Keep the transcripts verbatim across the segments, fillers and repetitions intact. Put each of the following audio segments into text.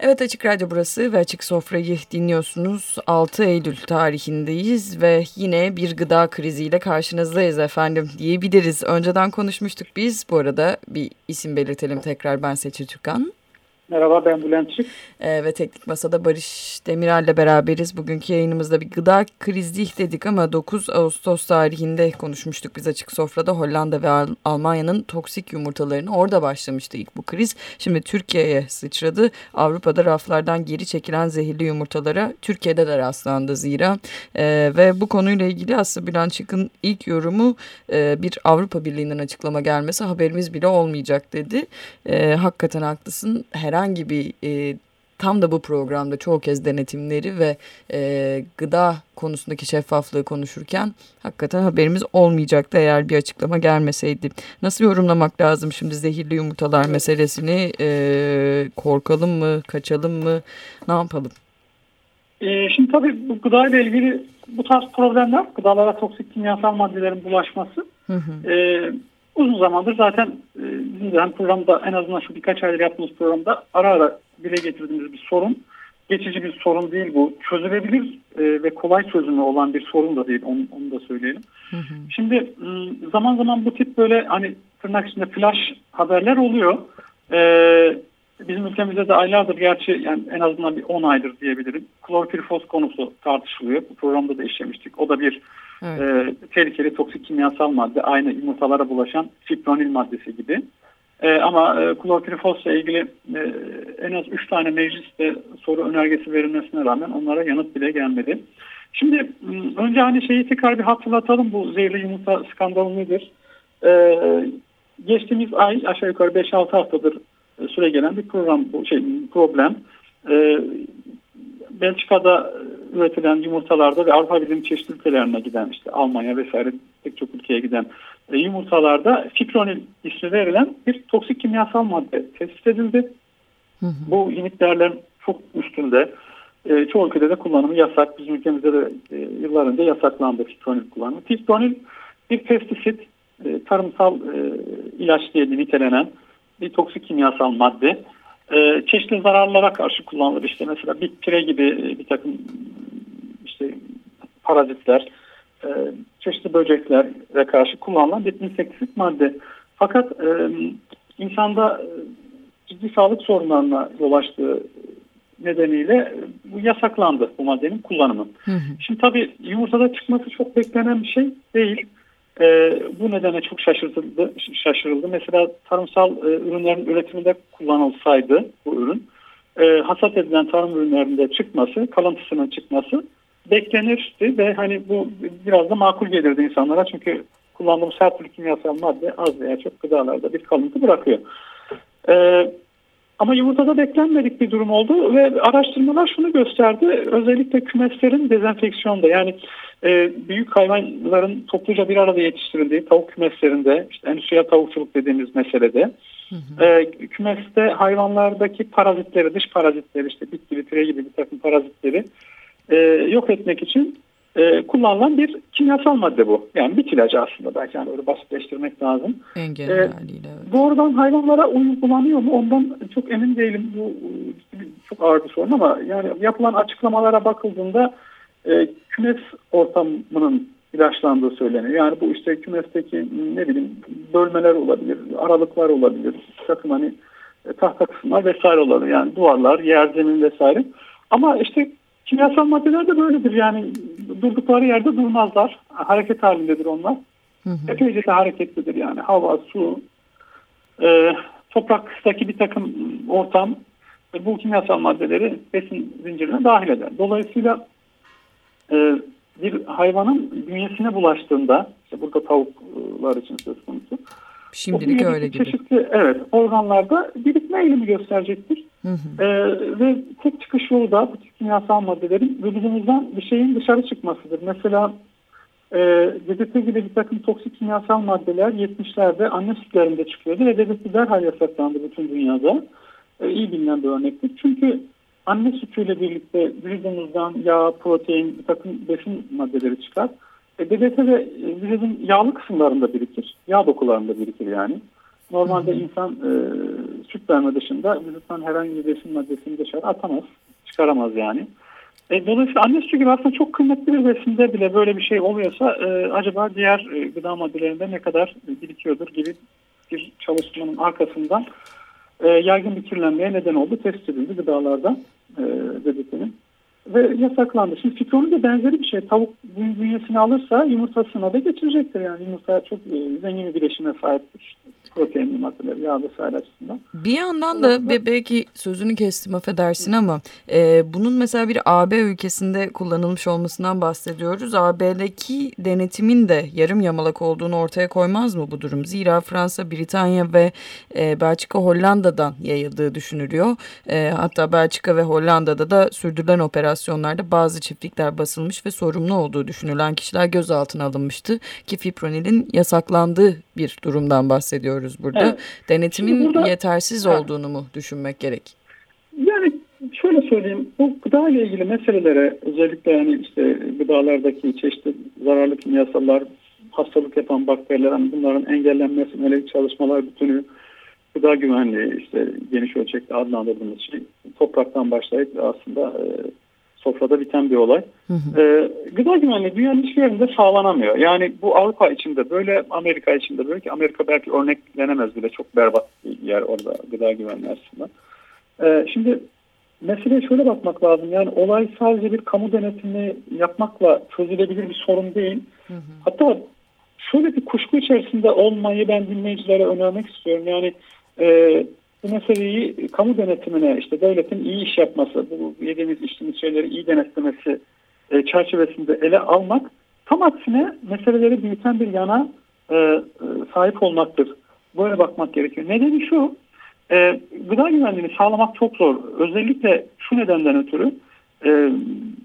Evet, Açık Radyo burası ve Açık Sofra'yı dinliyorsunuz. altı Eylül tarihindeyiz ve yine bir gıda kriziyle karşınızdayız efendim diyebiliriz. Önceden konuşmuştuk biz. Bu arada bir isim belirtelim tekrar, ben Seçil Türkan. Merhaba, ben Bülent Çık. Ee, ve Teknik Masa'da Barış Demirel'le beraberiz. Bugünkü yayınımızda bir gıda krizi dedik ama dokuz Ağustos tarihinde konuşmuştuk biz Açık Sofra'da. Hollanda ve Al- Almanya'nın toksik yumurtalarını, orada başlamıştı ilk bu kriz. Şimdi Türkiye'ye sıçradı. Avrupa'da raflardan geri çekilen zehirli yumurtalara Türkiye'de de rastlandı zira. Ee, ve bu konuyla ilgili aslında Bülent Çık'ın ilk yorumu e, bir Avrupa Birliği'nden açıklama gelmesi haberimiz bile olmayacak dedi. E, hakikaten haklısın. Herhangi bir e, tam da bu programda çoğu kez denetimleri ve e, gıda konusundaki şeffaflığı konuşurken hakikaten haberimiz olmayacaktı eğer bir açıklama gelmeseydi. Nasıl yorumlamak lazım şimdi zehirli yumurtalar meselesini? E, korkalım mı, kaçalım mı, ne yapalım? Ee, şimdi tabii bu gıda ile ilgili bu tarz problemler, gıdalara toksik kimyasal maddelerin bulaşması hı hı. E, uzun zamandır zaten e, bizim de programda, en azından şu birkaç aydır yaptığımız programda ara ara dile getirdiğimiz bir sorun. Geçici bir sorun değil bu. Çözülebilir e, ve kolay çözümü olan bir sorun da değil. Onu, onu da söyleyelim. Hı hı. Şimdi zaman zaman bu tip böyle hani tırnak içinde flash haberler oluyor. E, bizim ülkemizde de aylardır, gerçi yani en azından bir on aydır diyebilirim, klorpirifos konusu tartışılıyor. Bu programda da işlemiştik. O da bir evet. e, tehlikeli toksik kimyasal madde. Aynı yumurtalara bulaşan fipronil maddesi gibi. Ee, ama e, klorpirifosla ilgili e, en az üç tane mecliste soru önergesi verilmesine rağmen onlara yanıt bile gelmedi. Şimdi önce hani şeyi tekrar bir hatırlatalım, bu zehirli yumurta skandalı nedir? Ee, geçtiğimiz ay aşağı yukarı beş altı haftadır süre gelen bir program, bu şey problem. Ee, Belçika'da üretilen yumurtalarda ve Avrupa Birliği çeşitli ülkelerine giden, işte Almanya vesaire pek çok ülkeye giden e, yumurtalarda fipronil ismi verilen bir toksik kimyasal madde tespit edildi. Hı hı. Bu limitlerlerin çok üstünde. E, çoğu ülkede de kullanımı yasak. Bizim ülkemizde de e, yıllar önce yasaklandı fipronil kullanımı. Fipronil bir pestisit, e, tarımsal e, ilaç diye nitelenen bir toksik kimyasal madde. Ee, çeşitli zararlara karşı kullanılır. İşte mesela bitpire gibi bir takım işte parazitler, e, çeşitli böceklere karşı kullanılan bir insektisit madde. Fakat e, insanda ciddi sağlık sorunlarına yol açtığı nedeniyle bu yasaklandı, bu maddenin kullanımı. Hı hı. Şimdi tabii yumurtada çıkması çok beklenen bir şey değil. Ee, bu nedenle çok şaşırtıldı, şaşırıldı. Mesela tarımsal e, ürünlerin üretiminde kullanılsaydı bu ürün, e, hasat edilen tarım ürünlerinde çıkması, kalıntısının çıkması beklenirdi ve hani bu biraz da makul gelirdi insanlara. Çünkü kullandığımız her türlü kimyasal madde az veya çok gıdalarda bir kalıntı bırakıyor. E, ama yumurtada beklenmedik bir durum oldu ve araştırmalar şunu gösterdi. Özellikle kümeslerin dezenfeksiyonda, yani e, büyük hayvanların topluca bir arada yetiştirildiği tavuk kümeslerinde, işte endüstriyel tavukçuluk dediğimiz meselede, hı hı. E, kümeste hayvanlardaki parazitleri, dış parazitleri, işte bit gibi, pire gibi bir takım parazitleri e, yok etmek için e, kullanılan bir kimyasal madde bu. Yani bit ilacı aslında, belki yani öyle basitleştirmek lazım. En genel e, haliyle. Evet. Doğrudan hayvanlara uygulanıyor mu? Ondan çok emin değilim. Bu çok ağır bir sorun ama yani yapılan açıklamalara bakıldığında e, kümes ortamının ilaçlandığı söyleniyor. Yani bu işte kümesteki ne bileyim bölmeler olabilir, aralıklar olabilir, takım hani e, tahta kısımlar vesaire olabilir. Yani duvarlar, yer, zemin vesaire. Ama işte kimyasal maddeler de böyledir. Yani durdukları yerde durmazlar. Hareket halindedir onlar. Hı hı. Epeyce de hareketlidir yani. Hava, su, e, topraktaki bir takım ortam ve bu kimyasal maddeleri besin zincirine dahil eder. Dolayısıyla e, bir hayvanın bünyesine bulaştığında, işte burada tavuklar için söz konusu, şimdilik öyle gibi. Çeşitli evet, organlarda birikme eğilimi gösterecektir. Hı hı. Ee, ve tek çıkış yolu da bu tip kimyasal maddelerin vücudumuzdan bir şeyin dışarı çıkmasıdır. Mesela e, D D T gibi bir takım toksik kimyasal maddeler yetmişlerde anne sütlerinde çıkıyordu ve D D T derhal yasaklandı bütün dünyada. E, iyi bilinen bir örnektir. Çünkü anne sütüyle birlikte vücudumuzdan yağ, protein, bir takım besin maddeleri çıkar. E, D D T de vücudun yağlı kısımlarında birikir. Yağ dokularında birikir yani. Normalde insan e, süt verme dışında vücuttan herhangi bir besin maddesini dışarı atamaz, çıkaramaz yani. E, dolayısıyla anne sütü gibi aslında çok kıymetli bir besinde bile böyle bir şey oluyorsa e, acaba diğer e, gıda maddelerinde ne kadar birikiyordur gibi bir çalışmanın arkasından e, yaygın bir kirlenmeye neden oldu. Test edildi gıdalarda e, dediklerim. Ve yasaklandı. Şimdi fipronun da benzeri bir şey. Tavuk bünyesini alırsa yumurtasına da geçirecektir. Yani yumurta çok e, zengin bir bileşime sahiptir. Proteinli maddeler, yağ vesaire açısından. Bir yandan da be, belki sözünü kestim affedersin ama e, bunun mesela bir A B ülkesinde kullanılmış olmasından bahsediyoruz. A B'deki denetimin de yarım yamalak olduğunu ortaya koymaz mı bu durum? Zira Fransa, Britanya ve e, Belçika, Hollanda'dan yayıldığı düşünülüyor. E, hatta Belçika ve Hollanda'da da sürdürülen operasyonlarda bazı çiftlikler basılmış ve sorumlu olduğu düşünülen kişiler gözaltına alınmıştı. Ki fipronilin yasaklandığı bir durumdan bahsediyoruz burada. Evet. Denetimin burada, yetersiz evet. olduğunu mu düşünmek gerek? Yani şöyle söyleyeyim, bu gıda ile ilgili meselelere özellikle yani işte gıdalardaki çeşitli zararlı kimyasallar, hastalık yapan bakteriler, hani bunların engellenmesi yönelik çalışmalar bütünü, gıda güvenliği işte geniş ölçekte adlandırdığımız şey topraktan başlayıp aslında e, sofrada biten bir olay. Hı hı. E, gıda güvenliği dünyanın hiçbir yerinde sağlanamıyor. Yani bu Avrupa içinde böyle, Amerika içinde böyle ki Amerika belki örneklenemez bile, çok berbat bir yer orada gıda güvenliği açısından. E, şimdi meseleye şöyle bakmak lazım. Yani olay sadece bir kamu denetimi yapmakla çözülebilir bir sorun değil. Hı hı. Hatta şöyle bir kuşku içerisinde olmayı ben dinleyicilere önermek istiyorum. Yani e, bu meseleyi kamu denetimine, işte devletin iyi iş yapması, bu yediğimiz içtiğimiz şeyleri iyi denetlemesi e, çerçevesinde ele almak, tam aksine meseleleri büyüten bir yana e, e, sahip olmaktır. Böyle bakmak gerekiyor. Nedeni şu, e, gıda güvenliğini sağlamak çok zor. Özellikle şu nedenden ötürü e,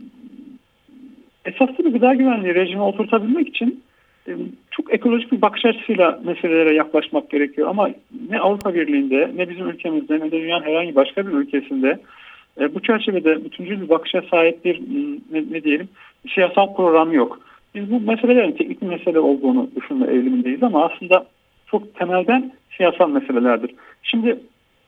esaslı bir gıda güvenliği rejimi oturtabilmek için çok ekolojik bir bakış açısıyla meselelere yaklaşmak gerekiyor. Ama ne Avrupa Birliği'nde, ne bizim ülkemizde, ne de dünyanın herhangi başka bir ülkesinde e, bu çerçevede bütüncül bir bakışa sahip bir ne, ne diyelim siyasal program yok. Biz bu meselelerin teknik bir mesele olduğunu düşünme eğilimindeyiz ama aslında çok temelden siyasal meselelerdir. Şimdi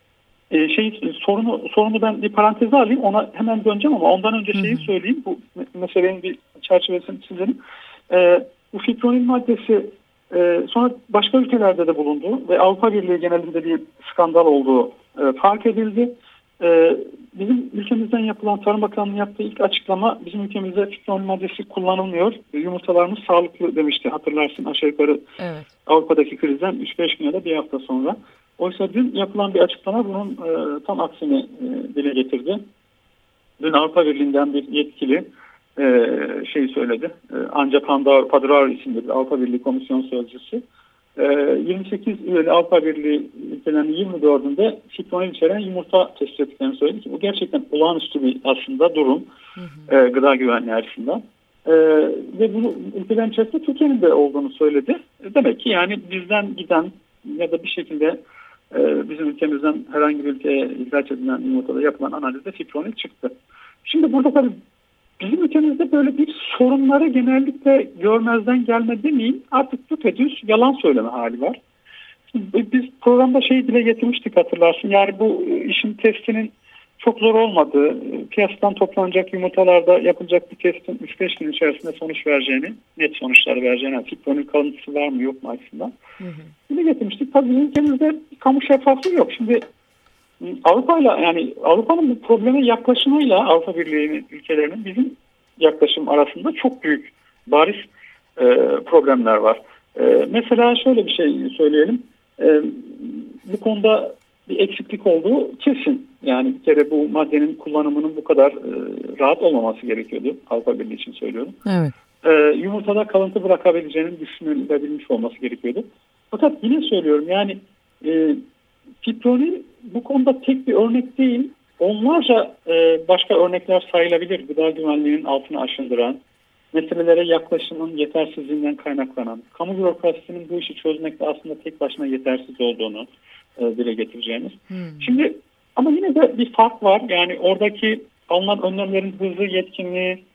e, şey sorunu sorunu ben bir paranteze alayım, ona hemen döneceğim ama ondan önce şeyi söyleyeyim. Bu meselenin bir çerçevesini çizelim. E, Bu fipronil maddesi e, sonra başka ülkelerde de bulundu ve Avrupa Birliği genelinde bir skandal olduğu e, fark edildi. E, bizim ülkemizden yapılan, Tarım Bakanlığı'nın yaptığı ilk açıklama, bizim ülkemizde fipronil maddesi kullanılmıyor, yumurtalarımız sağlıklı demişti, hatırlarsın aşağı yukarı. Evet. Avrupa'daki krizden üç beş gün ya da bir hafta sonra. Oysa dün yapılan bir açıklama bunun e, tam aksini e, dile getirdi. Dün Avrupa Birliği'nden bir yetkili Ee, şey söyledi. Ee, Anja Padrar isimli bir Avrupa Birliği Komisyon Sözcüsü. Ee, yirmi sekiz üyeli Avrupa Birliği ülkelerinin yirmi dördünde fipronil içeren yumurta tespit ettiklerini söyledi ki bu gerçekten olağanüstü bir aslında durum. Hı hı. E, gıda güvenliği açısından. E, ve bunu ülkelerin içerisinde Türkiye'nin de olduğunu söyledi. E, demek ki yani bizden giden ya da bir şekilde e, bizim ülkemizden herhangi bir ülkeye ihraç edilen yumurtada yapılan analizde fipronil çıktı. Şimdi burada tabii bizim ülkemizde böyle bir sorunları genellikle görmezden gelme demeyeyim, artık düpedüz yalan söyleme hali var. Biz programda şeyi dile getirmiştik, hatırlarsın. Yani bu işin testinin çok zor olmadığı, piyasadan toplanacak yumurtalarda yapılacak bir testin üç beş gün içerisinde sonuç vereceğini, net sonuçlar vereceğini, yani fipronil kalıntısı var mı yok mu açısından dile getirmiştik. Tabii bizim ülkemizde kamu şeffaflığı yok. Şimdi Avrupa'yla, yani Avrupa'nın bu probleme yaklaşımıyla Avrupa Birliği ülkelerinin bizim yaklaşım arasında çok büyük bariz e, problemler var. E, mesela şöyle bir şey söyleyelim. E, bu konuda bir eksiklik olduğu kesin. Yani bir kere bu maddenin kullanımının bu kadar e, rahat olmaması gerekiyordu. Avrupa Birliği için söylüyorum. Evet. E, yumurtada kalıntı bırakabileceğinin düşünülebilmiş olması gerekiyordu. Fakat yine söylüyorum, yani e, fipronil bu konuda tek bir örnek değil, onlarca e, başka örnekler sayılabilir. Gıda güvenliğinin altını aşındıran, meselelere yaklaşımın yetersizliğinden kaynaklanan, kamu bürokrasisinin bu işi çözmekte aslında tek başına yetersiz olduğunu e, dile getireceğimiz. Hmm. Şimdi ama yine de bir fark var. Yani oradaki alınan önlemlerin hızı, yetkinliği,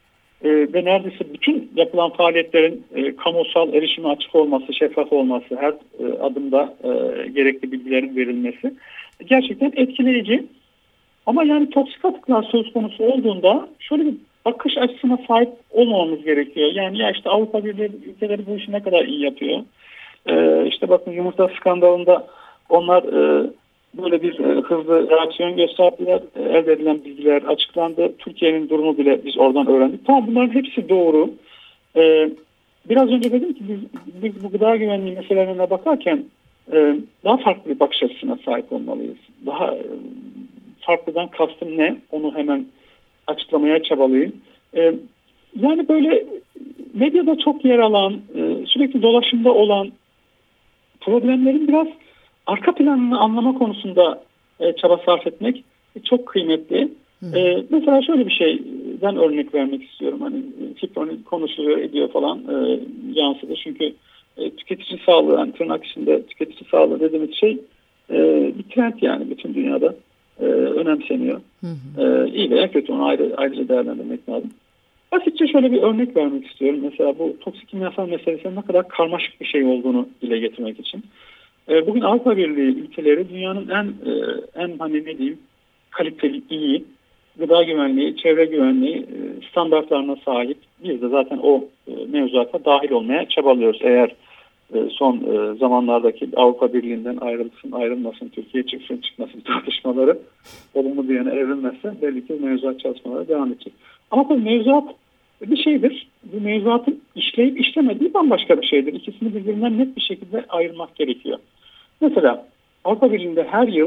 e, ve neredeyse bütün yapılan faaliyetlerin e, kamusal erişime açık olması, şeffaf olması, her e, adımda e, gerekli bilgilerin verilmesi gerçekten etkileyici. Ama yani toksik atıklar söz konusu olduğunda şöyle bir bakış açısına sahip olmamamız gerekiyor. Yani ya işte Avrupa Birliği ülkeleri bu işi ne kadar iyi yapıyor. Ee, işte bakın yumurta skandalında onlar e, böyle bir e, hızlı reaksiyon gösterdiler. E, elde edilen bilgiler açıklandı. Türkiye'nin durumu bile biz oradan öğrendik. Tamam, bunların hepsi doğru. Ee, biraz önce dedim ki biz, biz bu gıda güvenliği meselelerine bakarken e, daha farklı bir bakış açısına sahip olmalıyız. Daha e, farklıdan kastım ne? Onu hemen açıklamaya çabalayayım. Ee, yani böyle medyada çok yer alan, e, sürekli dolaşımda olan problemlerin biraz arka planını anlama konusunda e, çaba sarf etmek e, çok kıymetli. E, mesela şöyle bir şeyden örnek vermek istiyorum. Hani fipronil konuşuluyor, ediyor falan e, yansıdı. Çünkü e, tüketici sağlığı, yani tırnak içinde tüketici sağlığı dediğimiz şey e, bir trend, yani bütün dünyada e, önemseniyor. Hı hı. E, iyi veya kötü, onu ayrı, ayrıca değerlendirmek lazım. Basitçe şöyle bir örnek vermek istiyorum. Mesela bu toksik kimyasal meselesinin ne kadar karmaşık bir şey olduğunu dile getirmek için. E, bugün Avrupa Birliği ülkeleri dünyanın en e, en hani ne diyeyim kaliteli, iyi gıda güvenliği, çevre güvenliği e, standartlarına sahip. Biz de zaten o e, mevzuata dahil olmaya çabalıyoruz. Eğer e, son e, zamanlardaki Avrupa Birliği'nden ayrılsın, ayrılmasın, Türkiye çıksın, çıkmasın tartışmaları olumlu bir yana evrilmezse belli ki mevzuat çalışmaları devam edecek. Ama tabii mevzuat bir şeydir. Bu mevzuatın işleyip işlemediği bambaşka bir şeydir. İkisini birbirinden net bir şekilde ayırmak gerekiyor. Mesela Avrupa Birliği'nde her yıl,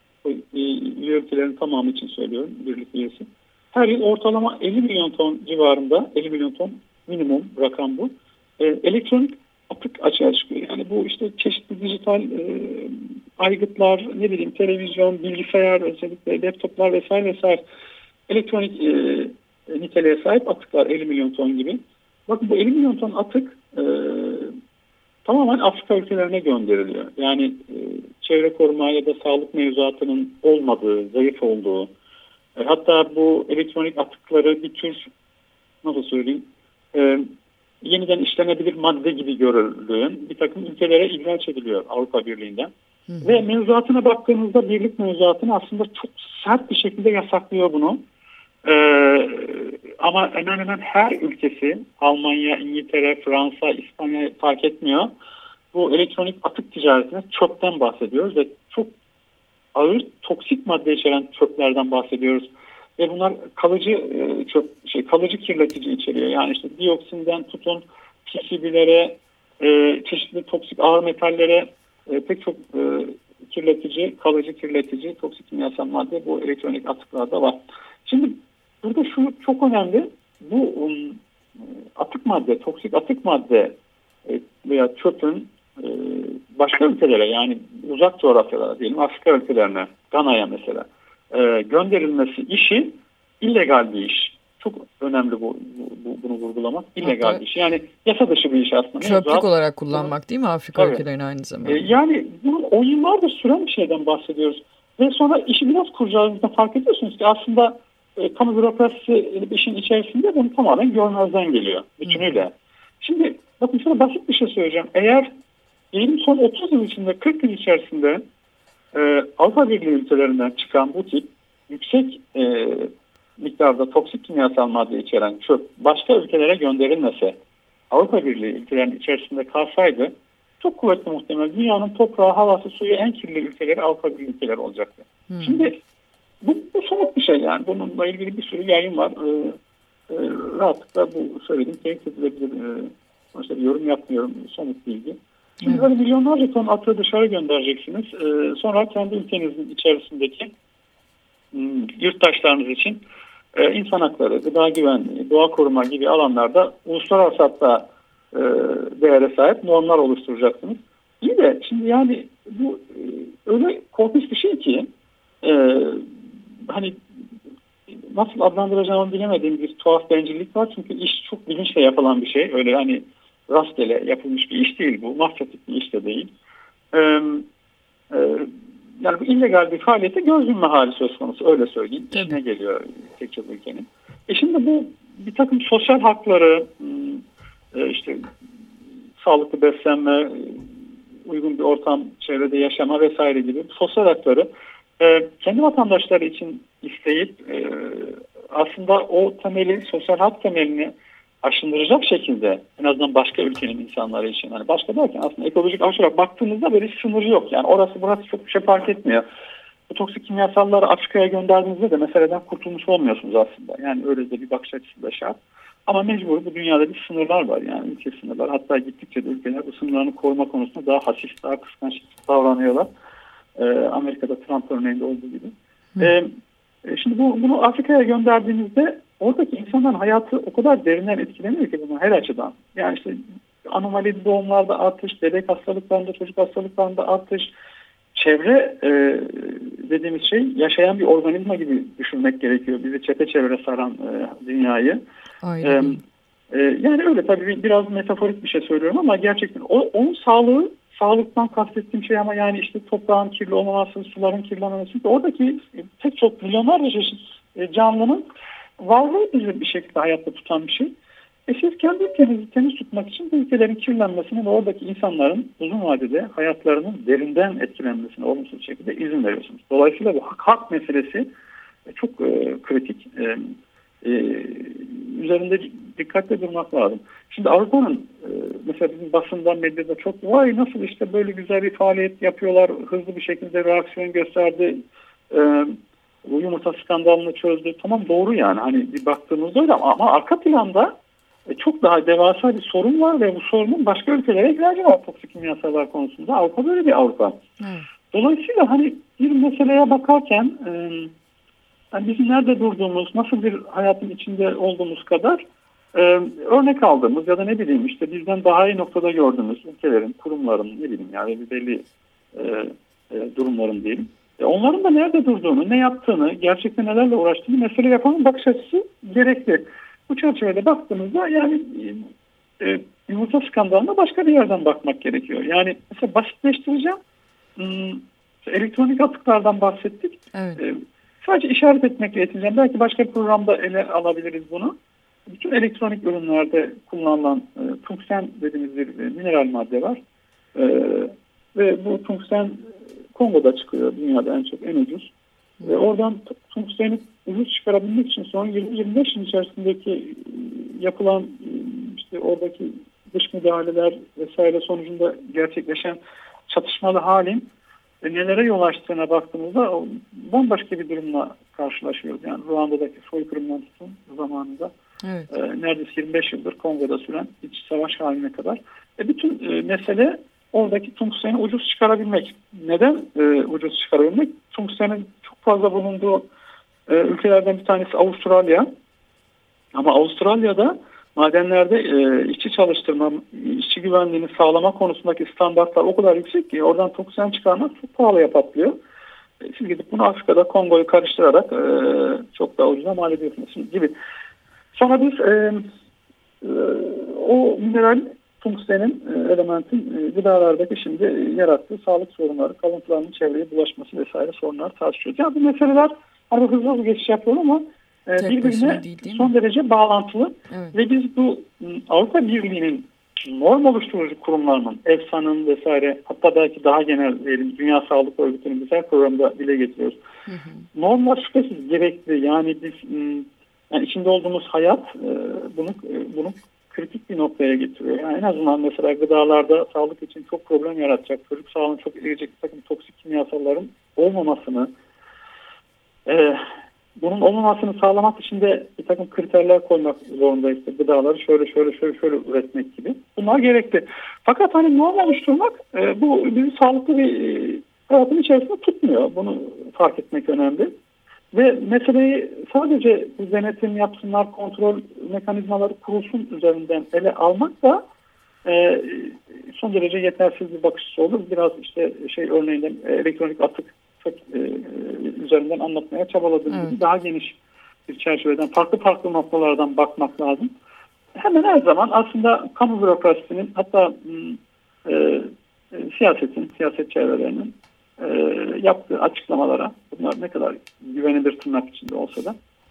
üye ülkelerin tamamı için söylüyorum, birlik üyesi, her yıl ortalama elli milyon ton civarında, elli milyon ton minimum rakam bu, e, elektronik atık açığa çıkıyor. Yani bu işte çeşitli dijital e, aygıtlar, ne bileyim televizyon, bilgisayar, özellikle laptoplar vesaire vesaire elektronik e, niteliğe sahip atıklar, elli milyon ton gibi. Bakın bu elli milyon ton atık e, tamamen Afrika ülkelerine gönderiliyor. Yani e, çevre koruma ya da sağlık mevzuatının olmadığı, zayıf olduğu, e, hatta bu elektronik atıkları bir tür, nasıl söyleyeyim, e, yeniden işlenebilir madde gibi görüldüğü bir takım ülkelere ihraç ediliyor Avrupa Birliği'nden. Hı hı. Ve mevzuatına baktığınızda birlik mevzuatını aslında çok sert bir şekilde yasaklıyor bunu. Ee, ama hemen hemen her ülkesi, Almanya, İngiltere, Fransa, İspanya fark etmiyor. Bu elektronik atık ticaretine çöpten bahsediyoruz ve çok ağır toksik madde içeren çöplerden bahsediyoruz. Ve bunlar kalıcı e, çöp, şey kalıcı kirletici içeriyor. Yani işte dioksinden tutun P C B'lere, e, çeşitli toksik ağır metallere, e, pek çok e, kirletici, kalıcı kirletici, toksik kimyasal madde bu elektronik atıklarda var. Şimdi burada şu çok önemli, bu um, atık madde, toksik atık madde e, veya çöpün e, başka ülkelere, yani uzak coğrafyalara diyelim, Afrika ülkelerine, Gana'ya mesela e, gönderilmesi işi illegal bir iş. Çok önemli bu, bu bunu vurgulamak. İllegal Hatta bir iş. Yani yasa dışı bir iş aslında. Çöplük Mevzuat, olarak kullanmak değil mi Afrika tabii, ülkelerine aynı zamanda? E, yani bunun on yıllardır süren bir şeyden bahsediyoruz. Ve sonra işi biraz kurcaladığınızda fark ediyorsunuz ki aslında e, kamu bürokrasisi işin içerisinde bunu tamamen görmezden geliyor. Bütünüyle. Hmm. Şimdi bakın şöyle basit bir şey söyleyeceğim. Eğer diyelim son otuz yıl içinde, kırk yıl içerisinde e, Avrupa Birliği ülkelerinden çıkan bu tip yüksek e, miktarda toksik kimyasal madde içeren çöp başka ülkelere gönderilmese, Avrupa Birliği ülkelerinin içerisinde kalsaydı, çok kuvvetli muhtemel dünyanın toprağı, havası, suyu en kirli ülkeleri Avrupa Birliği ülkeleri olacaktı. Hmm. Şimdi bu, bu somut bir şey yani. Bununla ilgili bir sürü yayın var. Ee, e, rahatlıkla bu söylediğim teyit edilebilir. Ee, sonuçta bir yorum yapmıyorum. Somut bilgi. Şimdi hmm. böyle milyonlarca ton atığı dışarı göndereceksiniz. Ee, sonra kendi ülkenizin içerisindeki hmm, yurttaşlarınız için e, insan hakları, gıda güvenliği, doğa koruma gibi alanlarda uluslararası hatta e, değere sahip normlar oluşturacaksınız. İyi de şimdi yani bu e, öyle korkunç bir şey ki e, hani nasıl adlandıracağımı bilemediğim bir tuhaf bencillik var. Çünkü iş çok bilinçle yapılan bir şey. Öyle hani rastgele yapılmış bir iş değil bu. Mafyatik bir iş de değil. Ee, e, yani bu illegal bir faaliyete göz yumma hali söz konusu. Öyle söyleyeyim. İşine geliyor pek çok ülkenin. E şimdi bu bir takım sosyal hakları, e, işte sağlıklı beslenme, uygun bir ortam, çevrede yaşama vesaire gibi sosyal hakları e, kendi vatandaşları için isteyip e, aslında o temeli, sosyal hak temelini aşındıracak şekilde, en azından başka ülkenin insanları için, hani başka derken aslında ekolojik aşırarak baktığınızda böyle hiç sınırı yok. Yani orası burası çok bir şey fark etmiyor. Bu toksik kimyasalları Afrika'ya gönderdiğinizde de meseleden kurtulmuş olmuyorsunuz aslında. Yani öyle de bir bakış açısı da şart. Ama mecbur bu dünyada bir sınırlar var, yani ülke sınırlar. Hatta gittikçe de ülkeler bu sınırlarını koruma konusunda daha hassas, daha kıskanç davranıyorlar. Ee, Amerika'da Trump örneğinde olduğu gibi. Ee, şimdi bu, bunu Afrika'ya gönderdiğinizde oradaki insanların hayatı o kadar derinden etkileniyor ki bunu her açıdan. Yani işte anomali doğumlarda artış, bebek hastalıklarında, çocuk hastalıklarında artış, çevre e, dediğimiz şey yaşayan bir organizma gibi düşünmek gerekiyor. Bizi çepeçevre saran e, dünyayı. E, e, yani öyle tabii biraz metaforik bir şey söylüyorum ama gerçekten o, onun sağlığı, sağlıktan kastettiğim şey ama yani işte toprağın kirli olmaması, suların kirlenmemesi, oradaki pek çok milyonlarca çeşit e, canlının varlığı bizi bir şekilde hayatta tutan bir şey. E siz kendi ülkenizi temiz tutmak için bu ülkelerin kirlenmesine ve oradaki insanların uzun vadede hayatlarının derinden etkilenmesine olumsuz şekilde izin veriyorsunuz. Dolayısıyla bu hak, hak meselesi çok e, kritik. E, e, üzerinde dikkatle durmak lazım. Şimdi Avrupa'nın e, mesela bizim basında, medyada çok vay nasıl işte böyle güzel bir faaliyet yapıyorlar, hızlı bir şekilde reaksiyon gösterdi, e, bu yumurta skandalını çözdü. Tamam, doğru yani hani bir baktığımızda öyle ama, ama arka planda çok daha devasa bir sorun var ve bu sorunun başka ülkelere ihtiyacı var toksik kimyasallar konusunda. Avrupa böyle bir Avrupa. Evet. Dolayısıyla hani bir meseleye bakarken e, yani bizim nerede durduğumuz, nasıl bir hayatın içinde olduğumuz kadar e, örnek aldığımız ya da ne bileyim işte bizden daha iyi noktada gördüğümüz ülkelerin, kurumların ne bileyim yani belli e, e, durumların diyelim. E, onların da nerede durduğunu, ne yaptığını, gerçekten nelerle uğraştığını mesele yapanın bakış açısı gerekli. Bu çerçevede baktığımızda yani e, yumurta skandalına başka bir yerden bakmak gerekiyor. Yani mesela basitleştireceğim. Hmm, elektronik atıklardan bahsettik. Evet. E, sadece işaret etmekle yetineceğim. Belki başka bir programda ele alabiliriz bunu. Bütün elektronik ürünlerde kullanılan e, tungsten dediğimiz bir e, mineral madde var. E, ve bu tungsten Kongo'da çıkıyor. Dünyada en çok, en ucuz. Ve oradan tungsteni ucuz çıkarabilmek için son yirmi yirmi beş yıl içerisindeki yapılan işte oradaki dış müdahaleler vesaire sonucunda gerçekleşen çatışmalı halin nelere yol açtığına baktığımızda bambaşka bir durumla karşılaşıyoruz. Yani Ruanda'daki soykırımdan tutun zamanında evet. e, neredeyse yirmi beş yıldır Kongo'da süren iç savaş haline kadar. E, bütün e, mesele oradaki tungsteni ucuz çıkarabilmek. Neden e, ucuz çıkarabilmek? Tungstenin çok fazla bulunduğu e, ülkelerden bir tanesi Avustralya. Ama Avustralya'da madenlerde e, işçi çalıştırma, işçi güvenliğini sağlama konusundaki standartlar o kadar yüksek ki oradan tungsten çıkarmak çok pahalıya patlıyor. E, siz gidip bunu Afrika'da Kongo'yu karıştırarak e, çok daha ucuza mal ediyorsunuz gibi. Sonra biz e, e, o mineral tungstenin elementin gıdalardaki şimdi yarattığı sağlık sorunları, kalıntılarının çevreye bulaşması vesaire sorunlar tartışıyoruz. Yani bu meseleler hani hızlı hızlı geçiş yapıyor ama Tek birbirine değil, son derece bağlantılı. Evet. Ve biz bu Avrupa Birliği'nin norm oluşturucu kurumlarının, EFSA'nın vesaire, hatta belki daha genel diyelim Dünya Sağlık Örgütü'nün güzel programda dile getiriyoruz. Hı hı. Normlar şüphesiz gerekli. Yani biz yani içinde olduğumuz hayat bunu bunu kritik bir noktaya getiriyor. Yani en azından mesela gıdalarda sağlık için çok problem yaratacak, çocuk sağlığını çok etkileyecek bir takım toksik kimyasalların olmamasını, e, bunun olmamasını sağlamak için de bir takım kriterler koymak zorundayız. İşte gıdaları şöyle şöyle şöyle şöyle üretmek gibi. Bunlar gerekli. Fakat hani norm oluşturmak e, bu bizi sağlıklı bir e, hayatın içerisinde tutmuyor. Bunu fark etmek önemli. Ve meseleyi sadece bu denetim yapsınlar, kontrol mekanizmaları kurulsun üzerinden ele almak da e, son derece yetersiz bir bakış açısı olur. Biraz işte şey örneğinden elektronik atık e, üzerinden anlatmaya çabaladığım evet. gibi daha geniş bir çerçeveden, farklı farklı noktalardan bakmak lazım. Hemen her zaman aslında kamu bürokrasisinin, hatta e, e, siyasetin, siyaset çevrelerinin e, yaptığı açıklamalara, bunlar ne kadar güvenilir tırnak içinde olsa da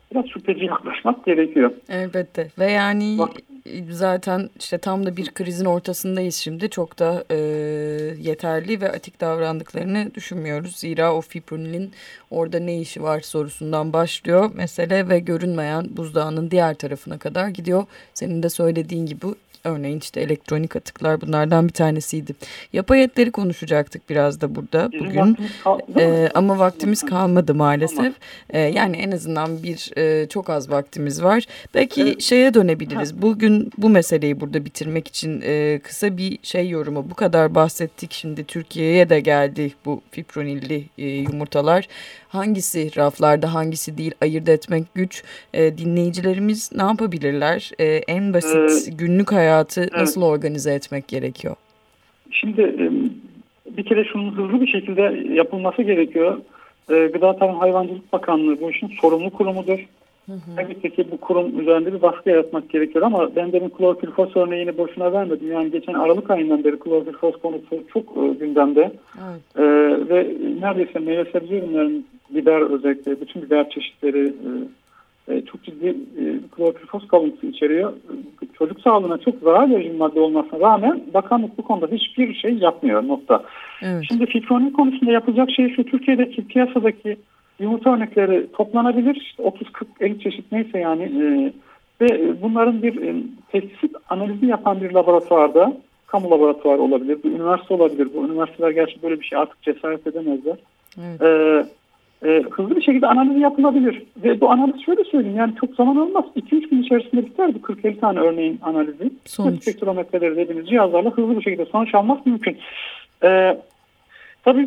biraz şüpheci yaklaşmak gerekiyor. Elbette ve yani Bak, zaten işte tam da bir krizin ortasındayız şimdi. Çok da e, yeterli ve atik davrandıklarını düşünmüyoruz. Zira o fipronilin orada ne işi var sorusundan başlıyor mesele ve görünmeyen buzdağının diğer tarafına kadar gidiyor. Senin de söylediğin gibi örneğin işte elektronik atıklar bunlardan bir tanesiydi. Yapay etleri konuşacaktık biraz da burada bizim bugün vaktimiz kal- ee, ama vaktimiz kalmadı maalesef. Tamam. Ee, yani en azından bir e, çok az vaktimiz var. Belki Evet. şeye dönebiliriz. Bugün bu meseleyi burada bitirmek için e, kısa bir şey yorumu. Bu kadar bahsettik, şimdi Türkiye'ye de geldi bu fipronilli e, yumurtalar. Hangisi raflarda, hangisi değil ayırt etmek güç. E, dinleyicilerimiz ne yapabilirler? E, en basit Ee, günlük hayatı evet. nasıl organize etmek gerekiyor? Şimdi e, bir kere şunun hızlı bir şekilde yapılması gerekiyor. E, Gıda Tarım Hayvancılık Bakanlığı bu işin sorumlu kurumudur. Hı hı. Elbette ki bu kurum üzerinde bir baskı yaratmak gerekiyor ama ben demin klorpirifos örneğini boşuna vermedim. Yani geçen Aralık ayından beri klorpirifos konusu çok e, gündemde. Evet. E, ve neredeyse meyve sebze ürünlerinin biber özellikle bütün biber çeşitleri e, e, çok ciddi e, klorpirifos kalıntısı içeriyor. Çocuk sağlığına çok zarar verici madde olmasına rağmen bakanlık bu konuda hiçbir şey yapmıyor nokta. Evet. Şimdi fipronil konusunda yapılacak şey şu: Türkiye'deki piyasadaki yumurta örnekleri toplanabilir. İşte otuz kırk elli çeşit neyse yani e, ve bunların bir e, tespit analizi yapan bir laboratuvarda, kamu laboratuvarı olabilir, bir üniversite olabilir. Bu üniversiteler gerçi böyle bir şey artık cesaret edemezler. Evet. E, e, hızlı bir şekilde analiz yapılabilir. Ve bu analiz şöyle söyleyeyim, yani çok zaman almaz. iki üç gün içerisinde biter bu kırk elli tane örneğin analizi. Spektrometreleri dediğimiz cihazlarla hızlı bir şekilde sonuç almak mümkün. E, tabii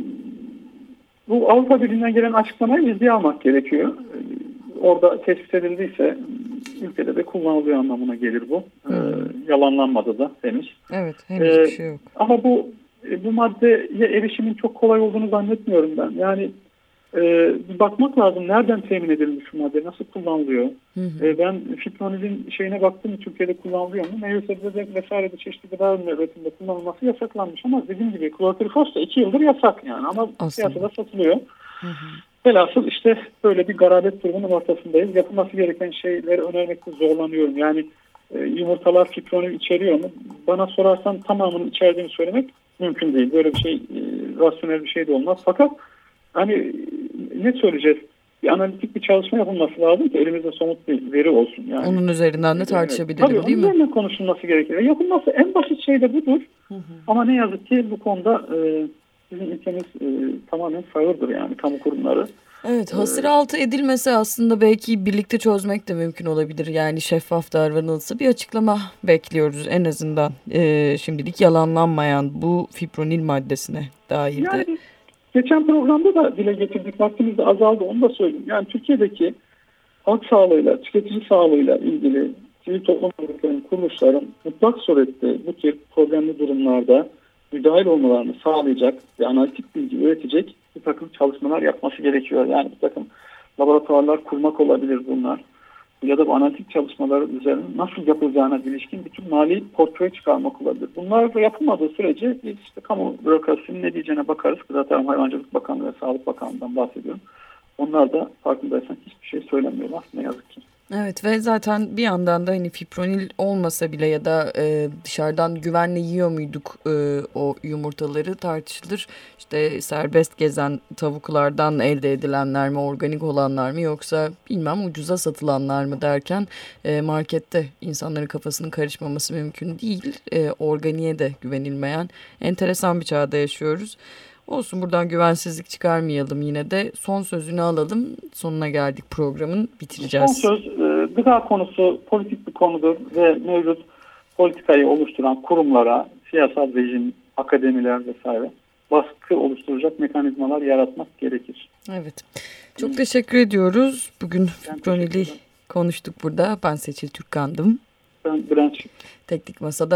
bu Avrupa Birliği'nden gelen açıklamayı ciddiye almak gerekiyor. Orada tespit edildiyse ülkede de kullanılıyor anlamına gelir bu. Hmm. Ee, yalanlanmadı da henüz. Evet, henüz ee, bir şey yok. Ama bu bu maddeye erişimin çok kolay olduğunu zannetmiyorum ben. Yani e, bir bakmak lazım. Nereden temin edilmiş şu madde? Nasıl kullanılıyor? Hı hı. E, ben fipronilin şeyine baktım. Türkiye'de kullanılıyor mu? Meyve sebze vesaire de çeşitli gıda ürünleri üretiminde kullanılması yasaklanmış ama dediğim gibi klorpirifos da iki yıldır yasak yani ama piyasada satılıyor. Hı hı. Velhasıl işte böyle bir garabet durumunun ortasındayız. Yapılması gereken şeyleri önermekte zorlanıyorum. Yani e, yumurtalar fipronil içeriyor mu? Bana sorarsan tamamının içerdiğini söylemek mümkün değil. Böyle bir şey e, rasyonel bir şey de olmaz. Fakat hani ne söyleyeceğiz? Bir analitik bir çalışma yapılması lazım ki elimizde somut bir veri olsun. Yani. Onun üzerinden de tartışabilirim, evet. Tabii, değil mi? Tabii onun üzerinden konuşulması gerekiyor. Yapılması en basit şey de budur. Hı hı. Ama ne yazık ki bu konuda e, bizim ülkemiz e, tamamen sağırdır yani kamu kurumları. Evet, hasır altı edilmesi aslında belki birlikte çözmek de mümkün olabilir. Yani şeffaf davranılsa bir açıklama bekliyoruz en azından. E, şimdilik yalanlanmayan bu fipronil maddesine dair de. Yani geçen programda da dile getirdik. Vaktimiz de azaldı, onu da söyleyeyim. Yani Türkiye'deki halk sağlığıyla, tüketici sağlığıyla ilgili sivil toplum örgütlerinin, kuruluşların mutlak surette bu tür problemli durumlarda müdahil olmalarını sağlayacak ve analitik bilgi üretecek bir takım çalışmalar yapması gerekiyor. Yani bir takım laboratuvarlar kurmak olabilir bunlar. Ya da bu analitik çalışmalar üzerine nasıl yapılacağına ilişkin bütün mali portföy çıkarmak olabilir. Bunlar da yapılmadığı sürece biz işte kamu bürokrasisinin ne diyeceğine bakarız. Gıda Tarım Hayvancılık Bakanlığı ve Sağlık Bakanlığı'ndan bahsediyorum. Onlar da farkındaysan hiçbir şey söylemiyorlar ne yazık ki. Evet ve zaten bir yandan da hani fipronil olmasa bile ya da e, dışarıdan güvenle yiyor muyduk e, o yumurtaları tartışılır. İşte serbest gezen tavuklardan elde edilenler mi, organik olanlar mı yoksa bilmem ucuza satılanlar mı derken e, markette insanların kafasının karışmaması mümkün değil. E, organiğe de güvenilmeyen enteresan bir çağda yaşıyoruz. Olsun, buradan güvensizlik çıkarmayalım yine de. Son sözünü alalım. Sonuna geldik programın. Bitireceğiz. Son söz, e, gıda konusu politik bir konudur ve mevcut politikayı oluşturan kurumlara, siyasal rejim, akademiler vesaire baskı oluşturacak mekanizmalar yaratmak gerekir. Evet. Çok teşekkür ediyoruz. Bugün fipronili konuştuk burada. Ben Seçil Türkkan'dım. Ben Bülent Şık. Teknik Masa'da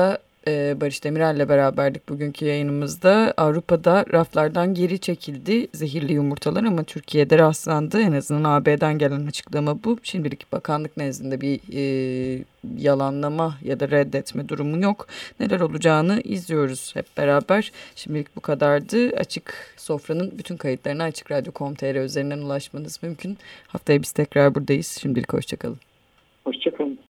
e, Barış Demirel'le beraberdik bugünkü yayınımızda. Avrupa'da raflardan geri çekildi zehirli yumurtalar ama Türkiye'de rastlandı. En azından A B'den gelen açıklama bu. Şimdilik bakanlık nezdinde bir e, yalanlama ya da reddetme durumu yok. Neler olacağını izliyoruz hep beraber. Şimdilik bu kadardı. Açık Sofra'nın bütün kayıtlarına açık radyo nokta com nokta tr üzerinden ulaşmanız mümkün. Haftaya biz tekrar buradayız. Şimdilik hoşçakalın. Hoşçakalın.